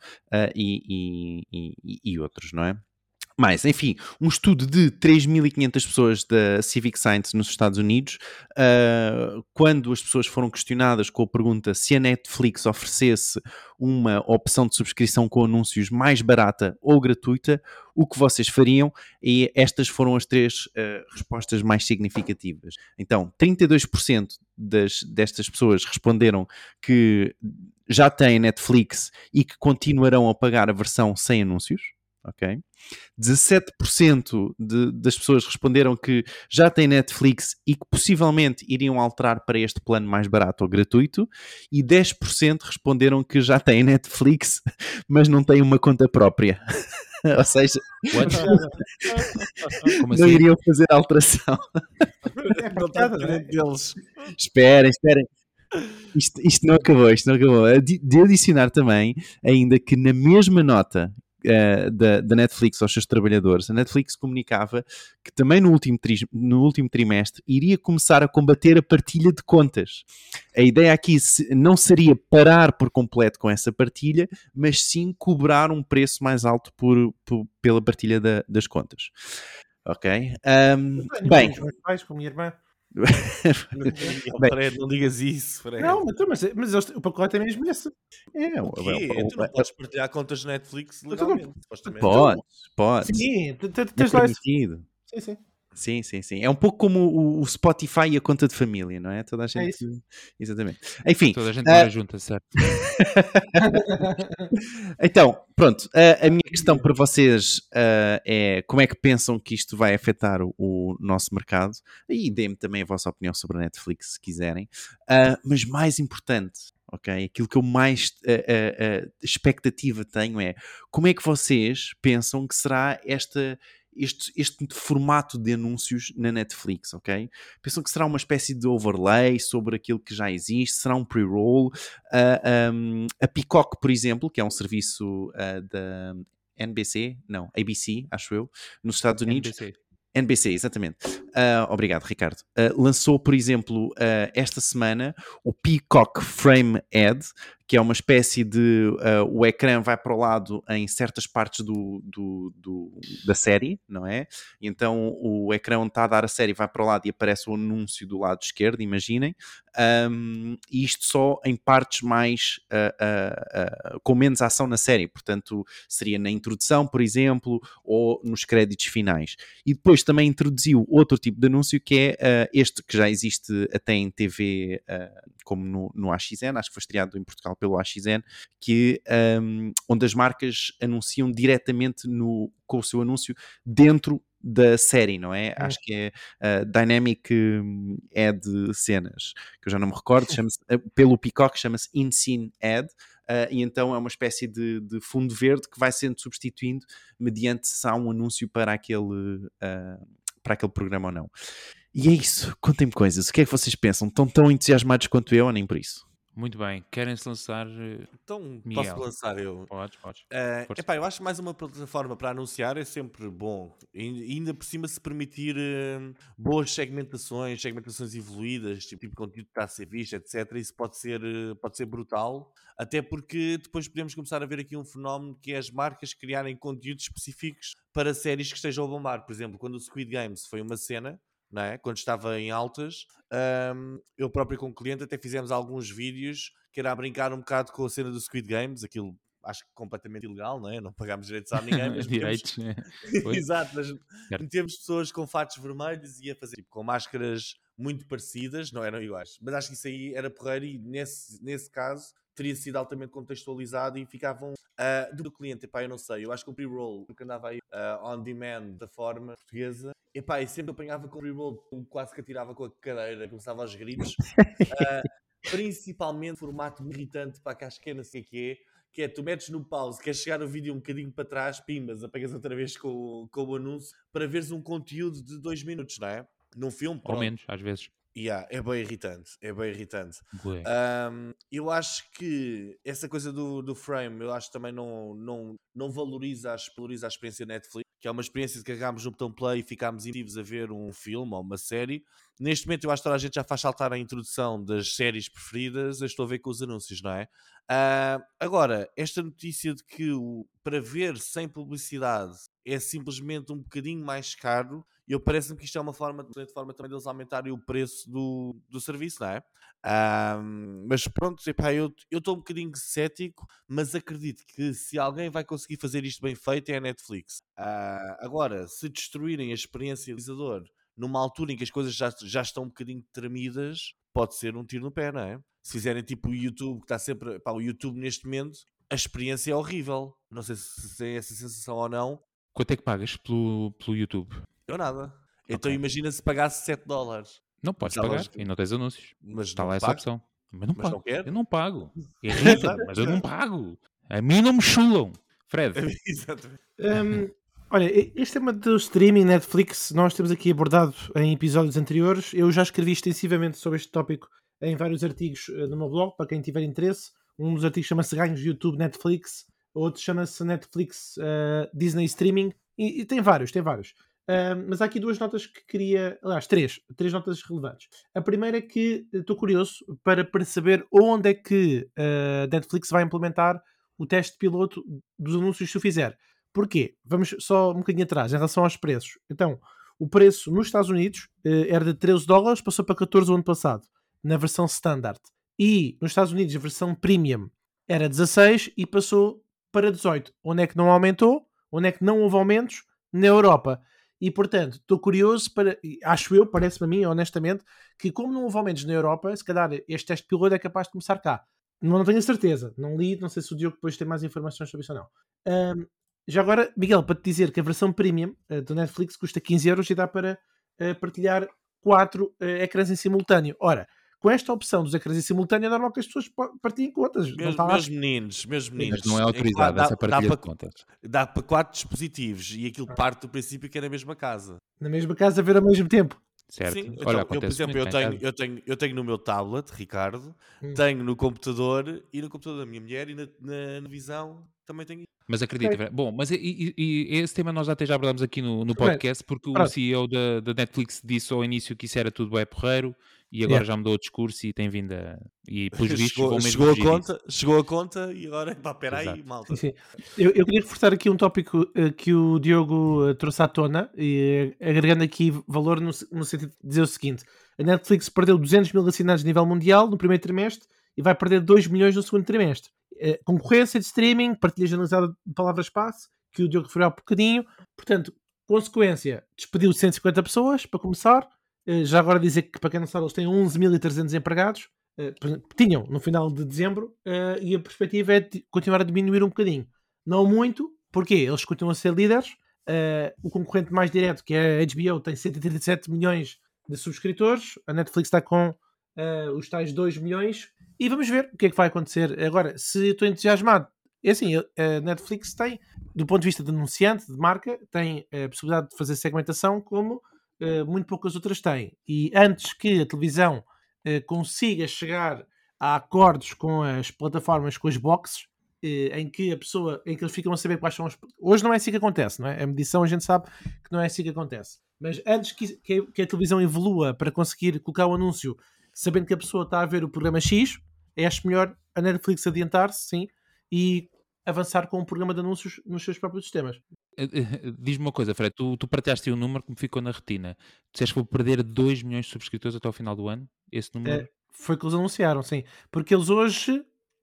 e outros, não é? Mas, enfim, um estudo de 3.500 pessoas da Civic Science nos Estados Unidos, quando as pessoas foram questionadas com a pergunta se a Netflix oferecesse uma opção de subscrição com anúncios mais barata ou gratuita, o que vocês fariam? E estas foram as três respostas mais significativas. Então, 32% destas pessoas responderam que já têm Netflix e que continuarão a pagar a versão sem anúncios. Ok? 17% das pessoas responderam que já têm Netflix e que possivelmente iriam alterar para este plano mais barato ou gratuito, e 10% responderam que já têm Netflix, mas não têm uma conta própria. Ou seja, Como não assim? iriam fazer alteração. Não está dentro deles. Esperem. Isto não acabou. De adicionar também, ainda que na mesma nota da Netflix aos seus trabalhadores, a Netflix comunicava que também no último trimestre iria começar a combater a partilha de contas. A ideia aqui não seria parar por completo com essa partilha, mas sim cobrar um preço mais alto pela partilha das contas. Ok? Bem, Com os meus pais, com a minha irmã. Fred, não digas isso, Fred. Não, mas o pacote é mesmo esse. O quê? Tu não podes partilhar contas de Netflix legalmente, supostamente. Pode. Sim, É tens lá esse. permitido. Sim. Sim, sim, sim. É um pouco como o Spotify e a conta de família, não é? Toda a gente. isso. Exatamente. Enfim. Toda a gente mora junta, certo? Então, pronto. A minha questão para vocês é como é que pensam que isto vai afetar o nosso mercado? E deem-me também a vossa opinião sobre a Netflix, se quiserem. Mas mais importante, ok? Aquilo que eu mais expectativa tenho é como é que vocês pensam que será este formato de anúncios na Netflix, ok? Pensam que será uma espécie de overlay sobre aquilo que já existe? Será um pre-roll? A Peacock, por exemplo, que é um serviço da NBC, não, ABC, acho eu, nos Estados Unidos. NBC. NBC, exatamente. Obrigado, Ricardo. Lançou, por exemplo, esta semana o Peacock Frame Ad, que é uma espécie de... o ecrã vai para o lado em certas partes da série, não é? Então o ecrã onde está a dar a série vai para o lado e aparece o anúncio do lado esquerdo, imaginem. E isto só em partes mais... com menos ação na série. Portanto, seria na introdução, por exemplo, ou nos créditos finais. E depois também introduziu outro tipo de anúncio que é este que já existe até em TV como no AXN, acho que foi estreado em Portugal pelo AXN, que, onde as marcas anunciam diretamente com o seu anúncio dentro da série, não é? Acho que é Dynamic Ad Cenas, que eu já não me recordo, chama-se, pelo Peacock chama-se In-Scene Ad, e então é uma espécie de fundo verde que vai sendo substituindo mediante se há um anúncio para aquele programa ou não. E é isso, contem-me coisas, o que é que vocês pensam? Estão tão entusiasmados quanto eu ou nem por isso? Muito bem. Querem-se lançar? Então, Miguel. posso lançar eu? Podes. Força. Epá, eu acho que mais uma plataforma para anunciar é sempre bom. E ainda por cima se permitir boas segmentações evoluídas, tipo conteúdo que está a ser visto, etc. Isso pode ser brutal. Até porque depois podemos começar a ver aqui um fenómeno que é as marcas criarem conteúdos específicos para séries que estejam a bombar. Por exemplo, quando o Squid Games foi uma cena, não é? Quando estava em altas, eu próprio com o cliente até fizemos alguns vídeos que era a brincar um bocado com a cena do Squid Games, aquilo acho que completamente ilegal, não é? Não pagámos direitos a ninguém, mas Direitos, né? Exato, mas Certo. metemos pessoas com fatos vermelhos e a fazer tipo, com máscaras muito parecidas, não eram iguais, mas acho que isso aí era porreiro e nesse caso teria sido altamente contextualizado e ficavam do cliente, epá, eu não sei, eu acho que o pre-roll que andava aí on demand da forma portuguesa, epá, e sempre apanhava com o pre-roll, quase que atirava com a cadeira, começava aos gritos, principalmente formato irritante para que acho que é não sei o que é tu metes no pause, queres chegar o vídeo um bocadinho para trás, pimbas, apagas outra vez com o anúncio para veres um conteúdo de 2 minutos, não é? Num filme, pronto. Ou menos, às vezes. É bem irritante. Bué. Eu acho que essa coisa do frame, eu acho que também não valoriza a experiência Netflix, que é uma experiência de carregarmos no botão play e ficámos imersos a ver um filme ou uma série. Neste momento eu acho que toda a gente já faz saltar a introdução das séries preferidas, eu estou a ver com os anúncios, não é? Agora, esta notícia de que para ver sem publicidade é simplesmente um bocadinho mais caro, eu parece-me que isto é uma forma também deles aumentarem o preço do serviço, não é? Mas pronto, epá, eu estou um bocadinho cético, mas acredito que se alguém vai conseguir fazer isto bem feito é a Netflix. Agora, se destruírem a experiência do utilizador numa altura em que as coisas já estão um bocadinho tremidas, pode ser um tiro no pé, não é? Se fizerem tipo o YouTube, que está sempre... Pá, o YouTube neste momento, a experiência é horrível. Não sei se tem essa sensação ou não. Quanto é que pagas pelo YouTube? Eu nada. Então Ok. imagina se pagasse $7. Não podes Já pagar nós- e não tens anúncios. Mas Está não lá essa pago. opção. Mas não Mas pago. não quero. Eu não pago. Irrita-me, mas eu não pago. A mim não me chulam. Fred. Exatamente. Olha, este tema do streaming Netflix nós temos aqui abordado em episódios anteriores. Eu já escrevi extensivamente sobre este tópico em vários artigos no meu blog, para quem tiver interesse. Um dos artigos chama-se Ganhos YouTube Netflix, outro chama-se Netflix Disney Streaming, e tem vários. Mas há aqui duas notas que queria... Aliás, três notas relevantes. A primeira é que estou curioso para perceber onde é que a Netflix vai implementar o teste piloto dos anúncios se o fizer. Porquê? Vamos só um bocadinho atrás, em relação aos preços. Então, o preço nos Estados Unidos era de $13, passou para 14 o ano passado, na versão standard. E nos Estados Unidos a versão premium era 16 e passou para 18. Onde é que não aumentou? Onde é que não houve aumentos? Na Europa. E, portanto, estou curioso acho eu, parece-me a mim, honestamente, que como não houve aumentos na Europa, se calhar este teste piloto é capaz de começar cá. Não tenho a certeza, não li, não sei se o Diogo depois tem mais informações sobre isso ou não. Já agora, Miguel, para te dizer que a versão premium do Netflix custa 15€ e dá para partilhar 4 ecrãs em simultâneo. Ora, com esta opção dos ecrãs em simultâneo é normal que as pessoas partilhem contas. Meus meninos. Mas não é autorizada essa partilha de contas. Dá para 4 dispositivos e aquilo parte do princípio que é na mesma casa. Na mesma casa a ver ao mesmo tempo. Certo. Sim, Olha, então, por exemplo, eu tenho no meu tablet, Ricardo, tenho no computador e no computador da minha mulher e na visão também tenho. Mas acredita, bom, mas e esse tema nós até já abordámos aqui no podcast, porque o CEO da Netflix disse ao início que isso era tudo bué porreiro e agora já mudou o discurso e tem vindo e pelos vistos vão mesmo chegou a conta e agora, espera aí, malta. Sim. Eu queria reforçar aqui um tópico que o Diogo trouxe à tona, e agregando aqui valor no sentido de dizer o seguinte: a Netflix perdeu 200 mil assinados a nível mundial no primeiro trimestre e vai perder 2 milhões no segundo trimestre. Concorrência de streaming, partilha generalizada de palavra-espaço, que o Diogo referiu há bocadinho. Portanto, consequência, despediu 150 pessoas, para começar. Já agora dizer que, para quem não sabe, eles têm 11.300 empregados. Tinham no final de dezembro, e a perspectiva é de continuar a diminuir um bocadinho. Não muito, porque eles continuam a ser líderes. O concorrente mais direto, que é a HBO, tem 137 milhões de subscritores. A Netflix está com os tais 2 milhões. E vamos ver o que é que vai acontecer. Agora, se eu estou entusiasmado, é assim, a Netflix tem, do ponto de vista de anunciante, de marca, tem a possibilidade de fazer segmentação como muito poucas outras têm. E antes que a televisão consiga chegar a acordos com as plataformas, com as boxes, em que eles ficam a saber quais são os... Hoje não é assim que acontece, não é? A medição a gente sabe que não é assim que acontece. Mas antes que a televisão evolua para conseguir colocar o anúncio sabendo que a pessoa está a ver o programa X, acho melhor a Netflix adiantar-se, sim, e avançar com um programa de anúncios nos seus próprios sistemas. Diz-me uma coisa, Fred, tu partilhaste um número que me ficou na retina. Disseste que vou perder 2 milhões de subscritores até ao final do ano? Esse número? Foi o que eles anunciaram, sim. Porque eles hoje...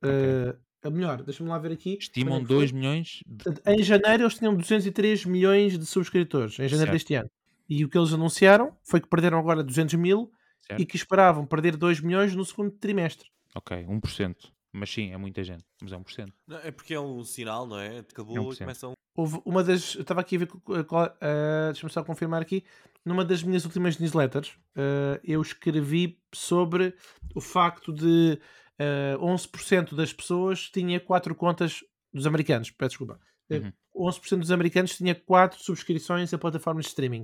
melhor, deixa-me lá ver aqui. Estimam 2 milhões? Em janeiro eles tinham 203 milhões de subscritores, em janeiro deste ano. E o que eles anunciaram foi que perderam agora 200 mil e que esperavam perder 2 milhões no segundo trimestre. Ok, 1%. Mas sim, é muita gente. Mas é 1%. Não, é porque é um sinal, não é? Acabou e começam... Houve uma das... Eu estava aqui a ver... deixa-me só confirmar aqui. Numa das minhas últimas newsletters, eu escrevi sobre o facto de 11% das pessoas tinha 4 contas dos americanos. Peço desculpa. 11% dos americanos tinha 4 subscrições a plataformas de streaming.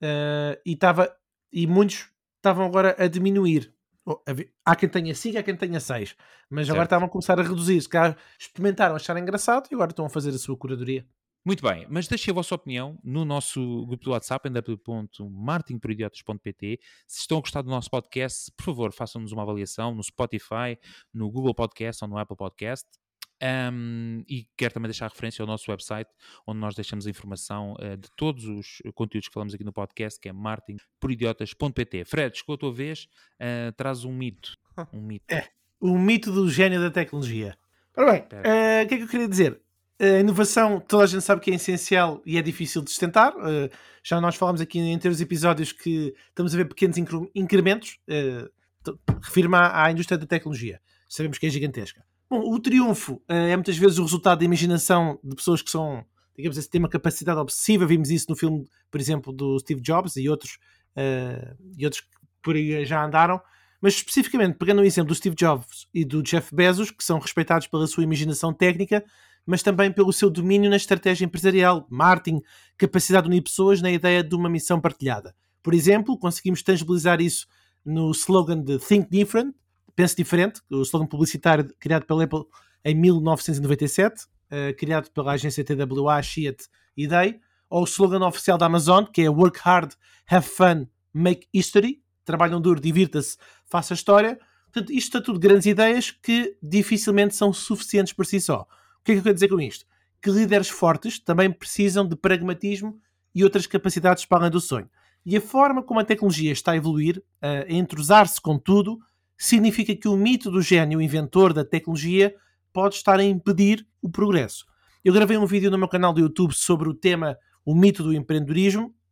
E muitos estavam agora a diminuir. Há quem tenha 5, há quem tenha 6. Mas agora estavam a começar a reduzir. Se calhar experimentaram, acharam engraçado e agora estão a fazer a sua curadoria. Muito bem, mas deixem a vossa opinião no nosso grupo do WhatsApp, em www.marketingporidiotas.pt. Se estão a gostar do nosso podcast, por favor, façam-nos uma avaliação no Spotify, no Google Podcast ou no Apple Podcast. E quero também deixar referência ao nosso website, onde nós deixamos a informação de todos os conteúdos que falamos aqui no podcast, que é marketingporidiotas.pt. Fred, chegou a tua vez, traz um mito. O mito do gênio da tecnologia. Ora bem, o que é que eu queria dizer? A inovação, toda a gente sabe que é essencial e é difícil de sustentar. Já nós falamos aqui em termos episódios que estamos a ver pequenos incrementos. Refiro-me à indústria da tecnologia. Sabemos que é gigantesca. Bom, o triunfo é muitas vezes o resultado da imaginação de pessoas que são, digamos assim, têm uma capacidade obsessiva. Vimos isso no filme, por exemplo, do Steve Jobs e outros que por aí já andaram. Mas especificamente, pegando o exemplo do Steve Jobs e do Jeff Bezos, que são respeitados pela sua imaginação técnica, mas também pelo seu domínio na estratégia empresarial, marketing, capacidade de unir pessoas na ideia de uma missão partilhada. Por exemplo, conseguimos tangibilizar isso no slogan de Think Different, Pense Diferente, o slogan publicitário criado pela Apple em 1997, criado pela agência TWA, Chiat e Day, ou o slogan oficial da Amazon, que é Work Hard, Have Fun, Make History, trabalham duro, divirta-se, faça história. Portanto, isto é tudo grandes ideias que dificilmente são suficientes por si só. O que é que eu quero dizer com isto? Que líderes fortes também precisam de pragmatismo e outras capacidades para além do sonho. E a forma como a tecnologia está a evoluir, a entrosar-se com tudo, significa que o mito do gênio inventor da tecnologia pode estar a impedir o progresso. Eu gravei um vídeo no meu canal do YouTube sobre o tema, o mito do empreendedorismo,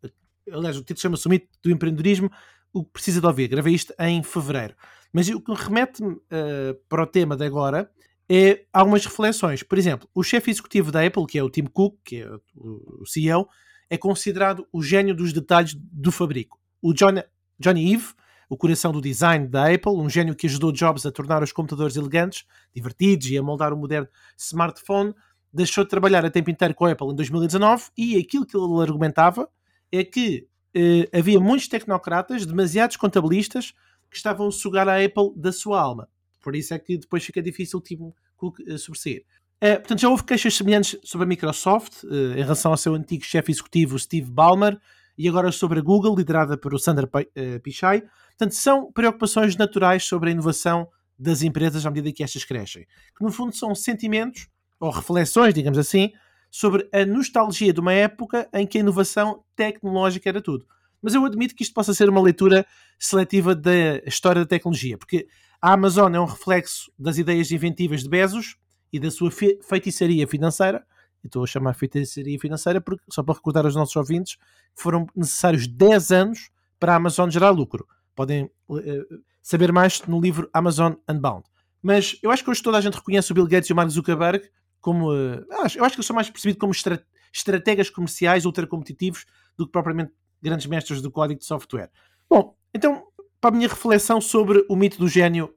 aliás, o título chama-se O Mito do Empreendedorismo, o que precisa de ouvir. Gravei isto em fevereiro. Mas o que remete-me para o tema de agora é algumas reflexões. Por exemplo, o chefe executivo da Apple, que é o Tim Cook, que é o CEO, é considerado o gênio dos detalhes do fabrico. O Johnny Ive, o coração do design da Apple, um gênio que ajudou Jobs a tornar os computadores elegantes, divertidos e a moldar o moderno smartphone, deixou de trabalhar a tempo inteiro com a Apple em 2019 e aquilo que ele argumentava é que havia muitos tecnocratas, demasiados contabilistas, que estavam a sugar a Apple da sua alma. Por isso é que depois fica difícil o Tim Cook sobressair. Portanto, já houve queixas semelhantes sobre a Microsoft em relação ao seu antigo chefe executivo Steve Ballmer e agora sobre a Google, liderada por Sundar Pichai. Portanto, são preocupações naturais sobre a inovação das empresas à medida que estas crescem. Que no fundo são sentimentos ou reflexões, digamos assim, sobre a nostalgia de uma época em que a inovação tecnológica era tudo. Mas eu admito que isto possa ser uma leitura seletiva da história da tecnologia, porque a Amazon é um reflexo das ideias inventivas de Bezos e da sua feitiçaria financeira. Eu estou a chamar feitiçaria financeira porque, só para recordar aos nossos ouvintes, foram necessários 10 anos para a Amazon gerar lucro. Podem saber mais no livro Amazon Unbound. Mas eu acho que hoje toda a gente reconhece o Bill Gates e o Mark Zuckerberg como... eu acho que eles são mais percebidos como estrategas comerciais ultracompetitivos do que propriamente grandes mestres do código de software. Bom, então, para a minha reflexão sobre o mito do gênio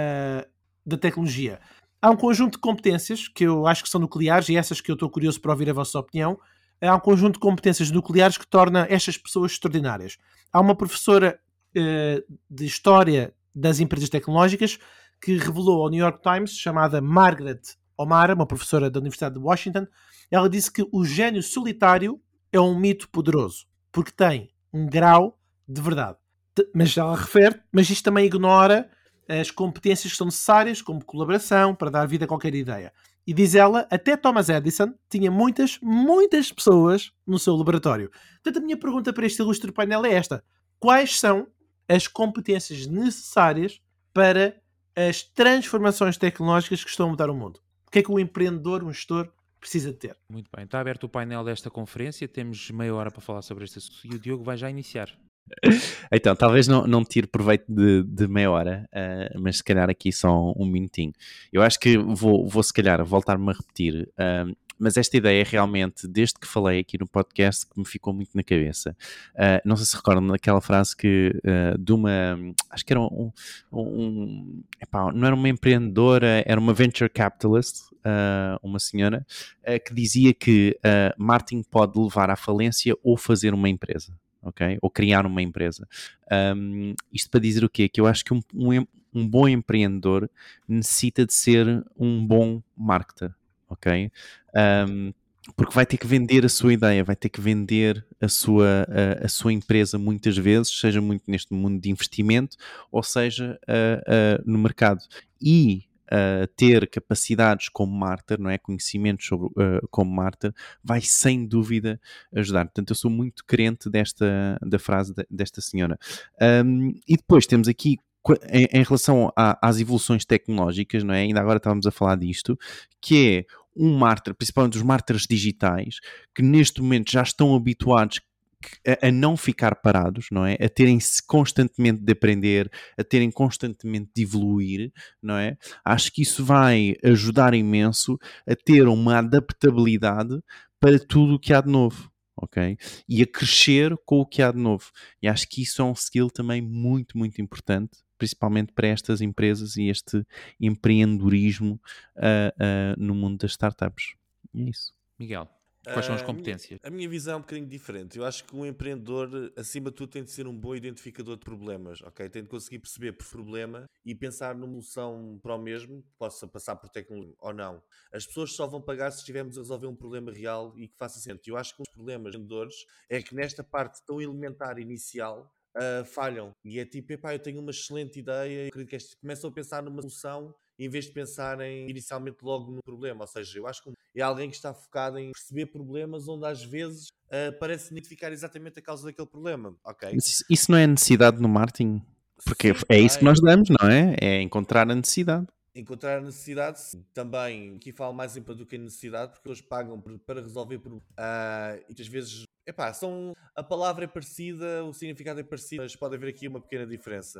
da tecnologia. Há um conjunto de competências que eu acho que são nucleares e essas que eu estou curioso para ouvir a vossa opinião. Há um conjunto de competências nucleares que torna estas pessoas extraordinárias. Há uma professora de História das Empresas Tecnológicas que revelou ao New York Times, chamada Margaret O'Mara, uma professora da Universidade de Washington. Ela disse que o gênio solitário é um mito poderoso, porque tem um grau de verdade. Mas ela refere, mas isto também ignora as competências que são necessárias, como colaboração, para dar vida a qualquer ideia. E diz ela, até Thomas Edison tinha muitas pessoas no seu laboratório. Portanto, a minha pergunta para este ilustre painel é esta. Quais são as competências necessárias para as transformações tecnológicas que estão a mudar o mundo? O que é que um empreendedor, um gestor, precisa de ter? Muito bem, está aberto o painel desta conferência, temos meia hora para falar sobre este assunto e o Diogo vai já iniciar. Então, talvez não tire proveito de meia hora, mas se calhar aqui só um minutinho. Eu acho que vou se calhar voltar-me a repetir, mas esta ideia realmente, desde que falei aqui no podcast, que me ficou muito na cabeça. Não sei se recordam daquela frase que de uma, acho que era não era uma empreendedora, era uma venture capitalist, uma senhora, que dizia que marketing pode levar à falência ou fazer uma empresa. Okay? Ou criar uma empresa. Isto para dizer o quê? Que eu acho que um bom empreendedor necessita de ser um bom marketer, ok? Porque vai ter que vender a sua ideia, vai ter que vender a sua empresa muitas vezes, seja muito neste mundo de investimento, ou seja no mercado. E ter capacidades como marketer, não é? Conhecimentos sobre, como marketer, vai sem dúvida ajudar. Portanto, eu sou muito crente da frase desta senhora. E depois temos aqui, em relação às evoluções tecnológicas, não é? Ainda agora estávamos a falar disto, que é um marketer, principalmente os marketers digitais, que neste momento já estão habituados a não ficar parados, não é? A terem-se constantemente de aprender, a terem constantemente de evoluir, não é? Acho que isso vai ajudar imenso a ter uma adaptabilidade para tudo o que há de novo, ok? E a crescer com o que há de novo. E acho que isso é um skill também muito, muito importante, principalmente para estas empresas e este empreendedorismo no mundo das startups. E é isso. Miguel, quais são as competências? A minha visão é um bocadinho diferente. Eu acho que um empreendedor, acima de tudo, tem de ser um bom identificador de problemas, ok? Tem de conseguir perceber por problema e pensar numa solução para o mesmo, que possa passar por tecnologia ou não. As pessoas só vão pagar se estivermos a resolver um problema real e que faça sentido. Eu acho que um dos problemas dos empreendedores é que nesta parte tão elementar inicial falham. E é tipo, eu tenho uma excelente ideia, eu acredito que começam a pensar numa solução em vez de pensarem inicialmente logo no problema. Ou seja, eu acho que é alguém que está focado em perceber problemas onde às vezes parece identificar exatamente a causa daquele problema, ok? Mas isso não é necessidade no marketing? Porque Sim, é isso que nós damos, não é? É encontrar a necessidade. encontrar a necessidade, sim. Também, aqui falo mais em do que em necessidade, porque eles pagam para resolver problemas. E muitas vezes, a palavra é parecida, o significado é parecido, mas pode haver aqui uma pequena diferença.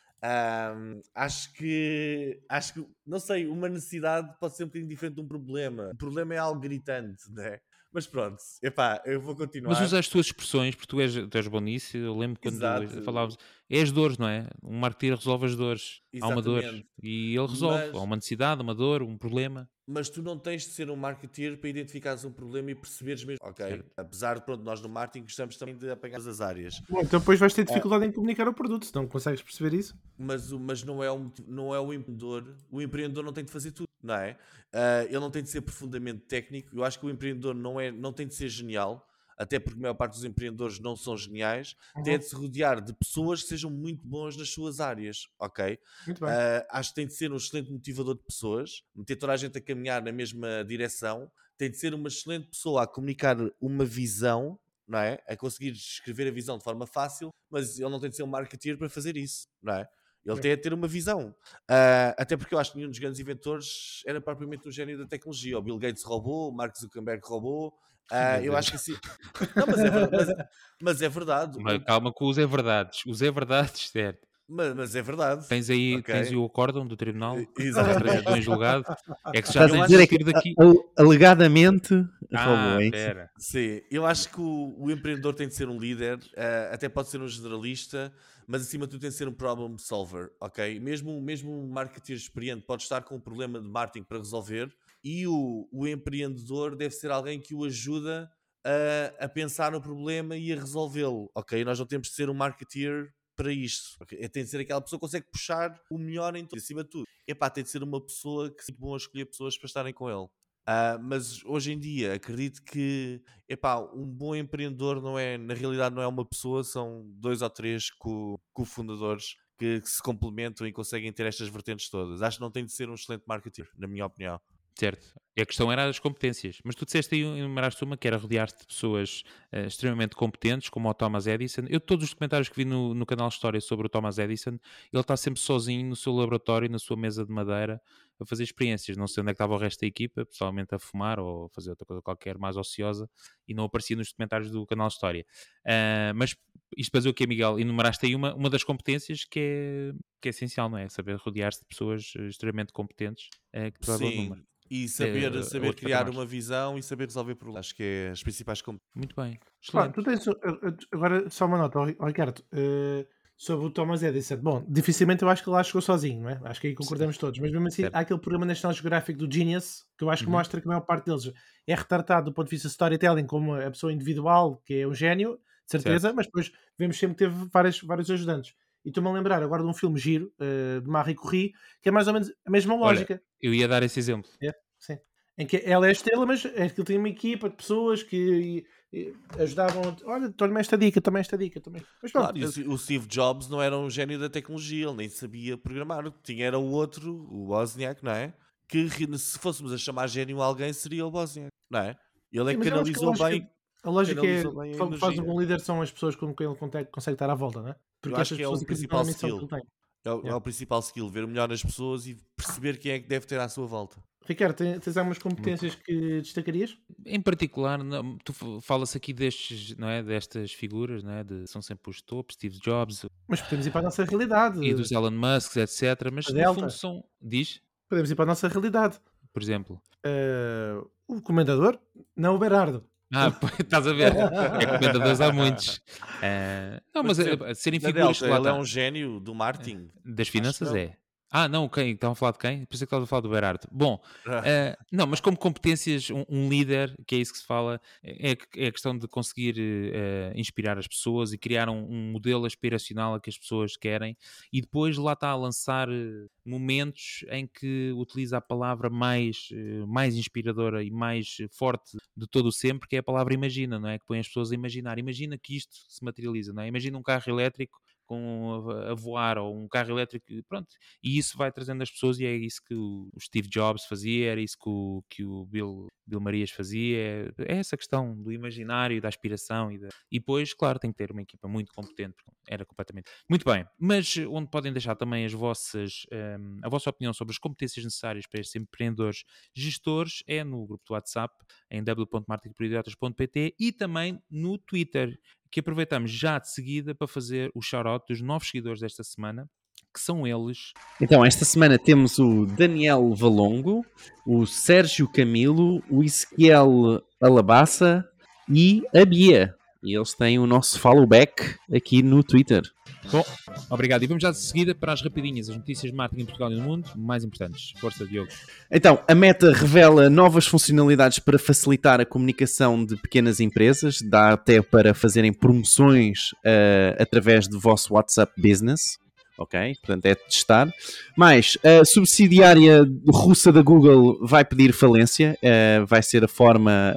Acho que, não sei, uma necessidade pode ser um bocadinho diferente de um problema. O problema é algo gritante, né? Mas pronto, eu vou Mas continuar. usa as tuas expressões, porque tu és bom nisso. Eu lembro quando Exato, falávamos, é as dores, não é? Um marketeer resolve as dores. Há uma dor exatamente. e ele resolve. Há Mas uma necessidade, uma dor, um problema. Mas tu não tens de ser um marketeer para identificares um problema e perceberes mesmo. Ok, Certo. apesar de pronto, nós no marketing gostamos também de apanhar todas as áreas. Bom, então depois vais ter Ah, dificuldade em comunicar o produto, se não consegues perceber isso. mas não é o empreendedor. O empreendedor não tem de fazer tudo, não é? Ele não tem de ser profundamente técnico. Eu acho que o empreendedor não tem de ser genial, até porque a maior parte dos empreendedores não são geniais. Tem de se rodear de pessoas que sejam muito bons nas suas áreas, ok? Muito bem. Acho que tem de ser um excelente motivador de pessoas, meter toda a gente a caminhar na mesma direção. Tem de ser uma excelente pessoa a comunicar uma visão, não é? A conseguir escrever a visão de forma fácil, mas ele não tem de ser um marketeer para fazer isso, não é? Ele tem de ter uma visão. Até porque eu acho que nenhum dos grandes inventores era propriamente um gênio da tecnologia. O Bill Gates roubou, o Mark Zuckerberg roubou. Meu Eu Deus. acho que assim. Não, mas é verdade. Mas é verdade. Mas calma com os é verdades. Os é verdades, certo. Mas é verdade. Tens aí Ok. o acórdão do tribunal para Exatamente. trazer em julgado. É que já Estás a tens dizer de é que sair daqui. alegadamente roubou, Ah, é isso? pera. Sim, eu acho que o empreendedor tem de ser um líder, até pode ser um generalista, mas acima de tudo tem de ser um problem solver, ok? Mesmo um marketeer experiente pode estar com um problema de marketing para resolver e o empreendedor deve ser alguém que o ajuda a pensar no problema e a resolvê-lo, ok? Nós não temos de ser um marketeer para isto, okay? Tem de ser aquela pessoa que consegue puxar o melhor em tudo, acima de tudo. Tem de ser uma pessoa que é bom a escolher pessoas para estarem com ele. Mas hoje em dia acredito que um bom empreendedor na realidade não é uma pessoa, são 2 ou 3 cofundadores que se complementam e conseguem ter estas vertentes todas. Acho que não tem de ser um excelente marketeer, na minha opinião. Certo. E a questão era as competências. Mas tu disseste aí, enumeraste uma que era rodear-te de pessoas extremamente competentes, como o Thomas Edison. Eu, todos os documentários que vi no canal História sobre o Thomas Edison, ele está sempre sozinho no seu laboratório, na sua mesa de madeira, a fazer experiências. Não sei onde é que estava o resto da equipa, pessoalmente a fumar ou a fazer outra coisa qualquer mais ociosa, e não aparecia nos documentários do canal História. Mas isto para dizer o quê, Miguel? Enumeraste aí uma das competências que é essencial, não é? Saber rodear-se de pessoas extremamente competentes, que te levam o número. Sim, e A saber outros criar patamares. uma visão e saber resolver problemas. Acho que é as principais competências. Muito bem, Pá, excelente. tu tens, agora só uma nota, Ricardo, sobre o Thomas Edison. Bom, dificilmente eu acho que ele lá chegou sozinho, não é? Acho que aí concordamos todos, mas mesmo assim Certo. há aquele programa National Geographic do Genius que eu acho que Uhum. mostra que a maior parte deles é retratado do ponto de vista de storytelling como a pessoa individual, que é um gênio, de certeza, Certo. mas depois vemos sempre que teve vários ajudantes. E estou-me a lembrar agora de um filme giro, de Marie Curie, que é mais ou menos a mesma Olha, lógica. eu ia dar esse exemplo. Sim. Em que ela é a estrela, mas é que ele tem uma equipa de pessoas que ajudavam. Olha, toma esta dica, toma esta dica também. Mas pronto, Claro, e o Steve Jobs não era um gênio da tecnologia, ele nem sabia programar. O que tinha era o outro, o Wozniak, não é? Que se fôssemos a chamar gênio a alguém, seria o Wozniak, não é? Ele é sim, que mas eu acho que a lógica é canalizou bem a que faz um energia. bom líder são as pessoas com quem ele consegue estar à volta, não é? Eu Porque acho essas que é pessoas o acreditam na principal missão que skill. ele tem. É Yeah. o principal skill, ver o melhor nas pessoas e perceber quem é que deve ter à sua volta. Ricardo, tens algumas competências que destacarias? Em particular, tu fala-se aqui destes, não é? Destas figuras, não é? São sempre os topos, Steve Jobs Mas podemos ir para a nossa realidade. e dos Elon Musk, etc. A Mas no fundo Delta. diz, Podemos ir para a nossa realidade. por exemplo. O comendador? Não o Berardo. Pois, estás a ver? É comentadores há muitos. Não, Mas, mas por exemplo, serem na figuras Delta, que lá ele é está. um gênio do marketing. Das Acho que finanças não. é. Não, quem? Estavam a falar de quem? Pensei que estava a falar do Berardo. Bom, não, mas como competências, um líder, que é isso que se fala, é a questão de conseguir inspirar as pessoas e criar um modelo aspiracional a que as pessoas querem e depois lá está a lançar momentos em que utiliza a palavra mais inspiradora e mais forte de todo o sempre, que é a palavra imagina, não é? Que põe as pessoas a imaginar. Imagina que isto se materializa, não é? Imagina um carro elétrico a voar, ou um carro elétrico, pronto, e isso vai trazendo as pessoas, e é isso que o Steve Jobs fazia, era isso que o Bill Marias fazia, é essa questão do imaginário, da aspiração, e depois, claro, tem que ter uma equipa muito competente, era completamente... Muito bem, mas onde podem deixar também a vossa opinião sobre as competências necessárias para estes empreendedores gestores é no grupo do WhatsApp, em w.marketingporidiotas.pt, e também no Twitter, que aproveitamos já de seguida para fazer o shout-out dos novos seguidores desta semana, que são eles. Então, esta semana temos o Daniel Valongo, o Sérgio Camilo, o Ezequiel Alabassa e a Bia. E eles têm o nosso follow back aqui no Twitter. Bom, obrigado. E vamos já de seguida para as rapidinhas, as notícias de marketing em Portugal e no mundo mais importantes. Força, Diogo. Então, a Meta revela novas funcionalidades para facilitar a comunicação de pequenas empresas. Dá até para fazerem promoções através do vosso WhatsApp Business. Ok? Portanto, é de testar. Mas a subsidiária russa da Google vai pedir falência. Vai ser a forma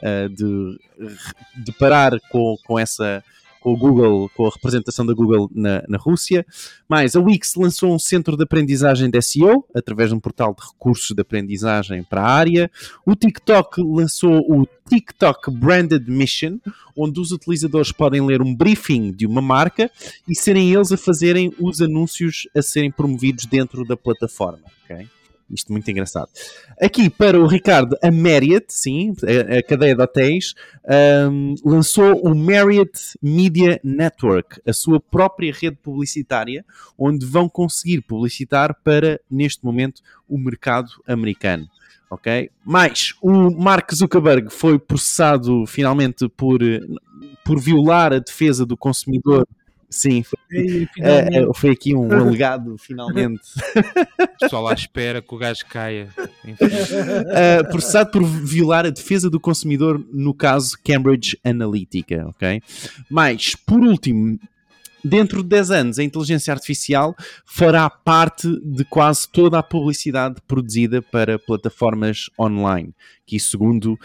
de parar com o Google, com a representação da Google na Rússia. Mais, a Wix lançou um centro de aprendizagem de SEO, através de um portal de recursos de aprendizagem para a área. O TikTok lançou o TikTok Branded Mission, onde os utilizadores podem ler um briefing de uma marca e serem eles a fazerem os anúncios a serem promovidos dentro da plataforma. Ok? Isto muito engraçado. Aqui para o Ricardo, a Marriott, sim, a cadeia de hotéis, lançou o Marriott Media Network, a sua própria rede publicitária, onde vão conseguir publicitar para, neste momento, o mercado americano. Ok? Mais, o Mark Zuckerberg foi processado finalmente por violar a defesa do consumidor. Sim, foi aqui um alegado, finalmente. O pessoal à espera que o gajo caia. Processado por violar a defesa do consumidor no caso Cambridge Analytica, ok? Mas, por último, dentro de 10 anos, a inteligência artificial fará parte de quase toda a publicidade produzida para plataformas online, que segundo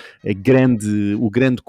o grande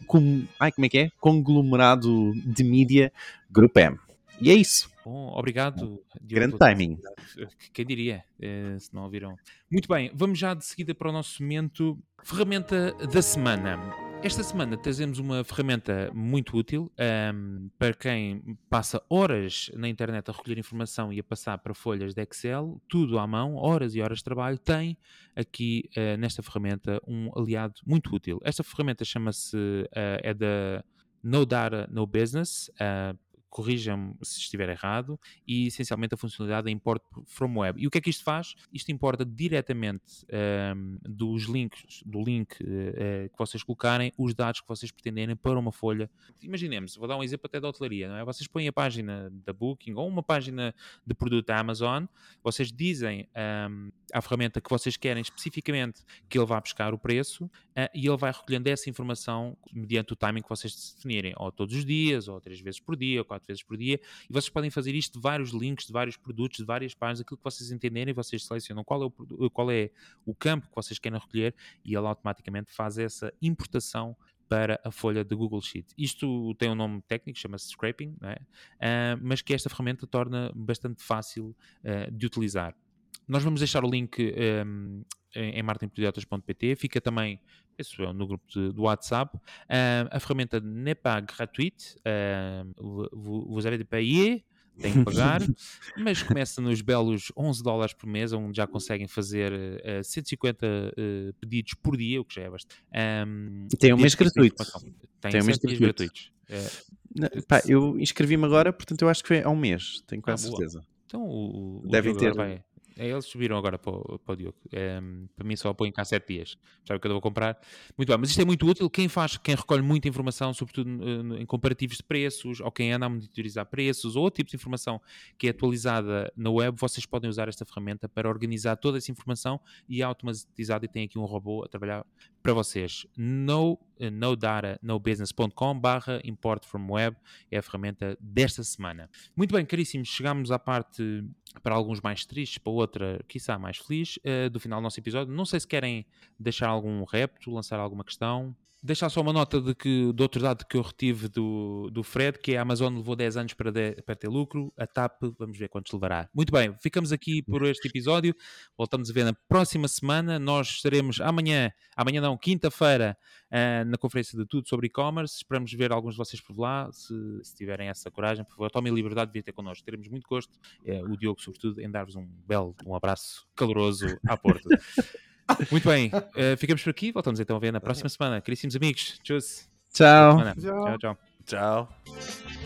conglomerado de mídia Grupo M. E é isso. Bom, obrigado. Grande timing. Quem diria, se não ouviram. Muito bem, vamos já de seguida para o nosso momento ferramenta da semana. Esta semana trazemos uma ferramenta muito útil para quem passa horas na internet a recolher informação e a passar para folhas de Excel, tudo à mão, horas e horas de trabalho. Tem aqui nesta ferramenta um aliado muito útil. Esta ferramenta chama-se, é da No Data, No Business, corrijam-me se estiver errado, e essencialmente a funcionalidade é Import from Web. E o que é que isto faz? Isto importa diretamente do link que vocês colocarem os dados que vocês pretenderem para uma folha. Imaginemos, vou dar um exemplo até da hotelaria, não é? Vocês põem a página da Booking ou uma página de produto da Amazon, vocês dizem à ferramenta que vocês querem especificamente que ele vá buscar o preço e ele vai recolhendo essa informação mediante o timing que vocês definirem, ou todos os dias, ou 3 vezes por dia, ou 4 vezes por dia, e vocês podem fazer isto de vários links, de vários produtos, de várias páginas, aquilo que vocês entenderem, vocês selecionam qual é o campo que vocês querem recolher e ele automaticamente faz essa importação para a folha de Google Sheet. Isto tem um nome técnico, chama-se scraping, não é? Mas que esta ferramenta torna bastante fácil de utilizar. Nós vamos deixar o link em marketingporidiotas.pt, fica também no grupo do WhatsApp. A ferramenta n'est pas gratuite, vous avez de payer, tem que pagar, mas começa nos belos $11 por mês, onde já conseguem fazer 150 pedidos por dia, o que já é bastante. E tem um mês gratuito. Tem um mês gratuitos. Eu inscrevi-me agora, portanto eu acho que foi há um mês, tenho quase certeza. Então devem ter. Eles subiram agora para o Diogo. Para mim só apoiam cá 7 dias. Já o que eu vou comprar. Muito bem, mas isto é muito útil. Quem recolhe muita informação, sobretudo em comparativos de preços, ou quem anda a monitorizar preços, ou outro tipo de informação que é atualizada na web, vocês podem usar esta ferramenta para organizar toda essa informação e é automatizada, e tem aqui um robô a trabalhar para vocês. nodata.nobusiness.com/import from web é a ferramenta desta semana. Muito bem, caríssimos, chegamos à parte, para alguns mais tristes, para outra, quiçá, mais feliz, do final do nosso episódio. Não sei se querem deixar algum repto, lançar alguma questão. Deixar só uma nota do outro dado que eu retive do Fred, que a Amazon levou 10 anos para ter lucro, a TAP, vamos ver quantos levará. Muito bem, ficamos aqui por este episódio, voltamos a ver na próxima semana, nós estaremos quinta-feira, na conferência de tudo sobre e-commerce, esperamos ver alguns de vocês por lá, se tiverem essa coragem, por favor, tomem a liberdade de vir ter connosco, teremos muito gosto, o Diogo sobretudo, em dar-vos um abraço caloroso à porta. Muito bem, ficamos por aqui, voltamos então a ver na próxima semana. Caríssimos amigos, tchau. Tchau. Tchau. Tchau.